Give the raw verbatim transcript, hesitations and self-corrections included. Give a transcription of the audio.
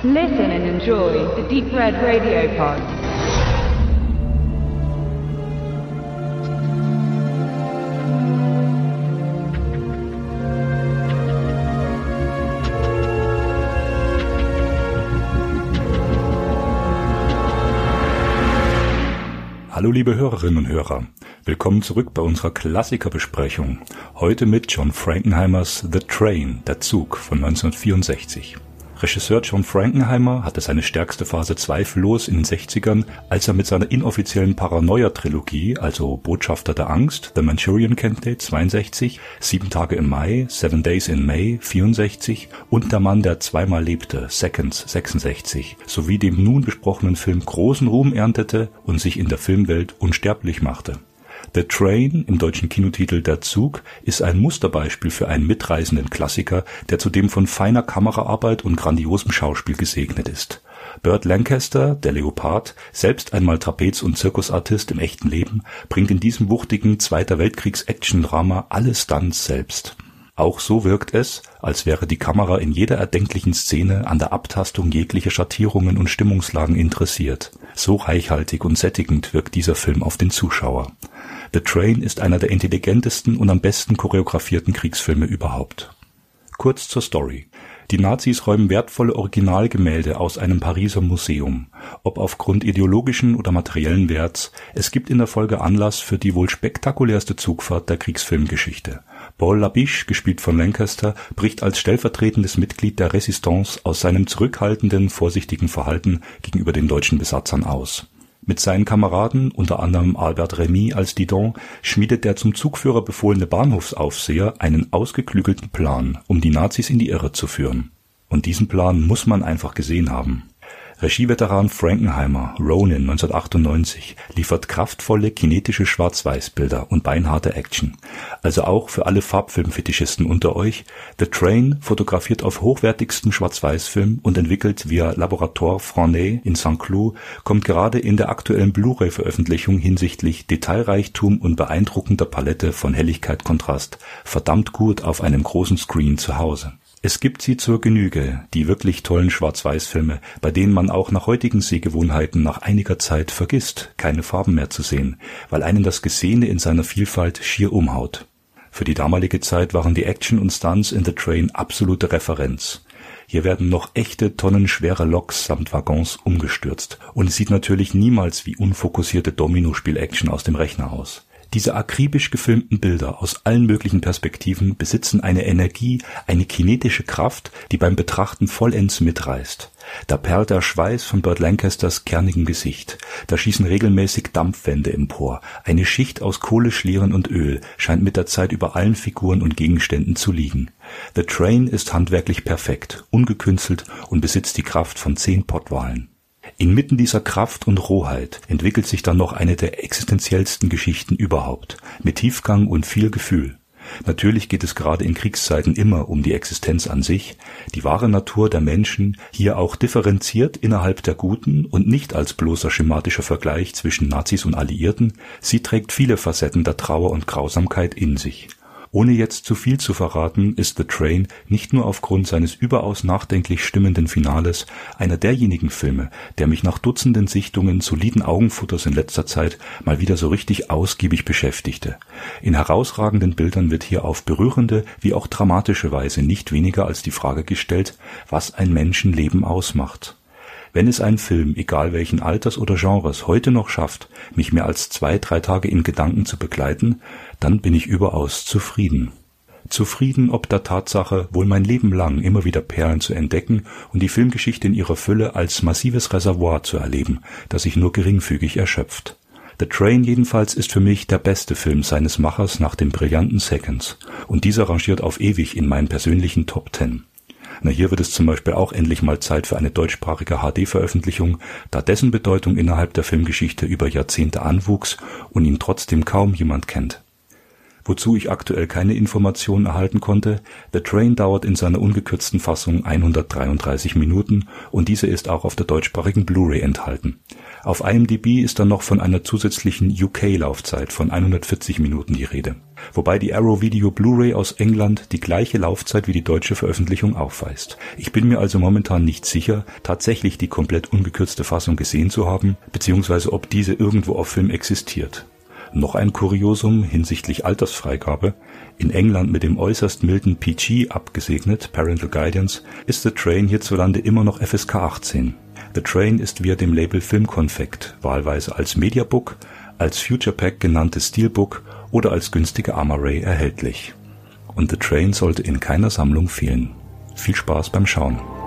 Listen and enjoy the Deep Red Radio Pod. Hallo liebe Hörerinnen und Hörer, willkommen zurück bei unserer Klassikerbesprechung, heute mit John Frankenheimers The Train, der Zug von neunzehnhundertvierundsechzig. Regisseur John Frankenheimer hatte seine stärkste Phase zweifellos in den sechzigern, als er mit seiner inoffiziellen Paranoia-Trilogie, also Botschafter der Angst, The Manchurian Candidate zweiundsechzig, Sieben Tage im Mai, Seven Days in May vierundsechzig und Der Mann, der zweimal lebte, Seconds sechsundsechzig, sowie dem nun besprochenen Film großen Ruhm erntete und sich in der Filmwelt unsterblich machte. The Train, im deutschen Kinotitel Der Zug, ist ein Musterbeispiel für einen mitreißenden Klassiker, der zudem von feiner Kameraarbeit und grandiosem Schauspiel gesegnet ist. Burt Lancaster, der Leopard, selbst einmal Trapez- und Zirkusartist im echten Leben, bringt in diesem wuchtigen Zweiter Weltkriegs-Action-Drama alle Stunts selbst. Auch so wirkt es, als wäre die Kamera in jeder erdenklichen Szene an der Abtastung jeglicher Schattierungen und Stimmungslagen interessiert. So reichhaltig und sättigend wirkt dieser Film auf den Zuschauer. The Train ist einer der intelligentesten und am besten choreografierten Kriegsfilme überhaupt. Kurz zur Story. Die Nazis räumen wertvolle Originalgemälde aus einem Pariser Museum. Ob aufgrund ideologischen oder materiellen Werts, es gibt in der Folge Anlass für die wohl spektakulärste Zugfahrt der Kriegsfilmgeschichte. Paul Labiche, gespielt von Lancaster, bricht als stellvertretendes Mitglied der Resistance aus seinem zurückhaltenden, vorsichtigen Verhalten gegenüber den deutschen Besatzern aus. Mit seinen Kameraden, unter anderem Albert Remy als Didon, schmiedet der zum Zugführer befohlene Bahnhofsaufseher einen ausgeklügelten Plan, um die Nazis in die Irre zu führen. Und diesen Plan muss man einfach gesehen haben. Regieveteran Frankenheimer, Ronin neunzehnhundertachtundneunzig, liefert kraftvolle kinetische Schwarz-Weiß-Bilder und beinharte Action. Also auch für alle Farbfilmfetischisten unter euch, The Train fotografiert auf hochwertigstem Schwarz-Weiß-Film und entwickelt via Laboratoire Franey in Saint-Cloud, kommt gerade in der aktuellen Blu-ray-Veröffentlichung hinsichtlich Detailreichtum und beeindruckender Palette von Helligkeit, Kontrast verdammt gut auf einem großen Screen zu Hause. Es gibt sie zur Genüge, die wirklich tollen Schwarz-Weiß-Filme, bei denen man auch nach heutigen Sehgewohnheiten nach einiger Zeit vergisst, keine Farben mehr zu sehen, weil einen das Gesehene in seiner Vielfalt schier umhaut. Für die damalige Zeit waren die Action und Stunts in The Train absolute Referenz. Hier werden noch echte tonnenschwere Loks samt Waggons umgestürzt und es sieht natürlich niemals wie unfokussierte Dominospiel-Action aus dem Rechner aus. Diese akribisch gefilmten Bilder aus allen möglichen Perspektiven besitzen eine Energie, eine kinetische Kraft, die beim Betrachten vollends mitreißt. Da perlt der Schweiß von Burt Lancasters kernigem Gesicht, da schießen regelmäßig Dampfwände empor, eine Schicht aus Kohle, Schlieren und Öl scheint mit der Zeit über allen Figuren und Gegenständen zu liegen. The Train ist handwerklich perfekt, ungekünstelt und besitzt die Kraft von zehn Pottwalen. Inmitten dieser Kraft und Rohheit entwickelt sich dann noch eine der existenziellsten Geschichten überhaupt, mit Tiefgang und viel Gefühl. Natürlich geht es gerade in Kriegszeiten immer um die Existenz an sich, die wahre Natur der Menschen, hier auch differenziert innerhalb der Guten und nicht als bloßer schematischer Vergleich zwischen Nazis und Alliierten, sie trägt viele Facetten der Trauer und Grausamkeit in sich. Ohne jetzt zu viel zu verraten, ist The Train nicht nur aufgrund seines überaus nachdenklich stimmenden Finales einer derjenigen Filme, der mich nach Dutzenden Sichtungen soliden Augenfutters in letzter Zeit mal wieder so richtig ausgiebig beschäftigte. In herausragenden Bildern wird hier auf berührende wie auch dramatische Weise nicht weniger als die Frage gestellt, was ein Menschenleben ausmacht. Wenn es ein Film, egal welchen Alters oder Genres, heute noch schafft, mich mehr als zwei, drei Tage in Gedanken zu begleiten, dann bin ich überaus zufrieden. Zufrieden ob der Tatsache, wohl mein Leben lang immer wieder Perlen zu entdecken und die Filmgeschichte in ihrer Fülle als massives Reservoir zu erleben, das sich nur geringfügig erschöpft. The Train jedenfalls ist für mich der beste Film seines Machers nach dem brillanten Seconds und dieser rangiert auf ewig in meinen persönlichen Top Ten. Na, hier wird es zum Beispiel auch endlich mal Zeit für eine deutschsprachige H D-Veröffentlichung, da dessen Bedeutung innerhalb der Filmgeschichte über Jahrzehnte anwuchs und ihn trotzdem kaum jemand kennt. Wozu ich aktuell keine Informationen erhalten konnte, The Train dauert in seiner ungekürzten Fassung hundertdreiunddreißig Minuten und diese ist auch auf der deutschsprachigen Blu-ray enthalten. Auf I M D B ist dann noch von einer zusätzlichen U K-Laufzeit von hundertvierzig Minuten die Rede. Wobei die Arrow Video Blu-ray aus England die gleiche Laufzeit wie die deutsche Veröffentlichung aufweist. Ich bin mir also momentan nicht sicher, tatsächlich die komplett ungekürzte Fassung gesehen zu haben, beziehungsweise ob diese irgendwo auf Film existiert. Noch ein Kuriosum hinsichtlich Altersfreigabe: In England mit dem äußerst milden P G abgesegnet, Parental Guidance, ist The Train hierzulande immer noch F S K achtzehn. The Train ist via dem Label Filmkonfekt wahlweise als Mediabook, als Future Pack genanntes Steelbook oder als günstige Arma-Ray erhältlich. Und The Train sollte in keiner Sammlung fehlen. Viel Spaß beim Schauen.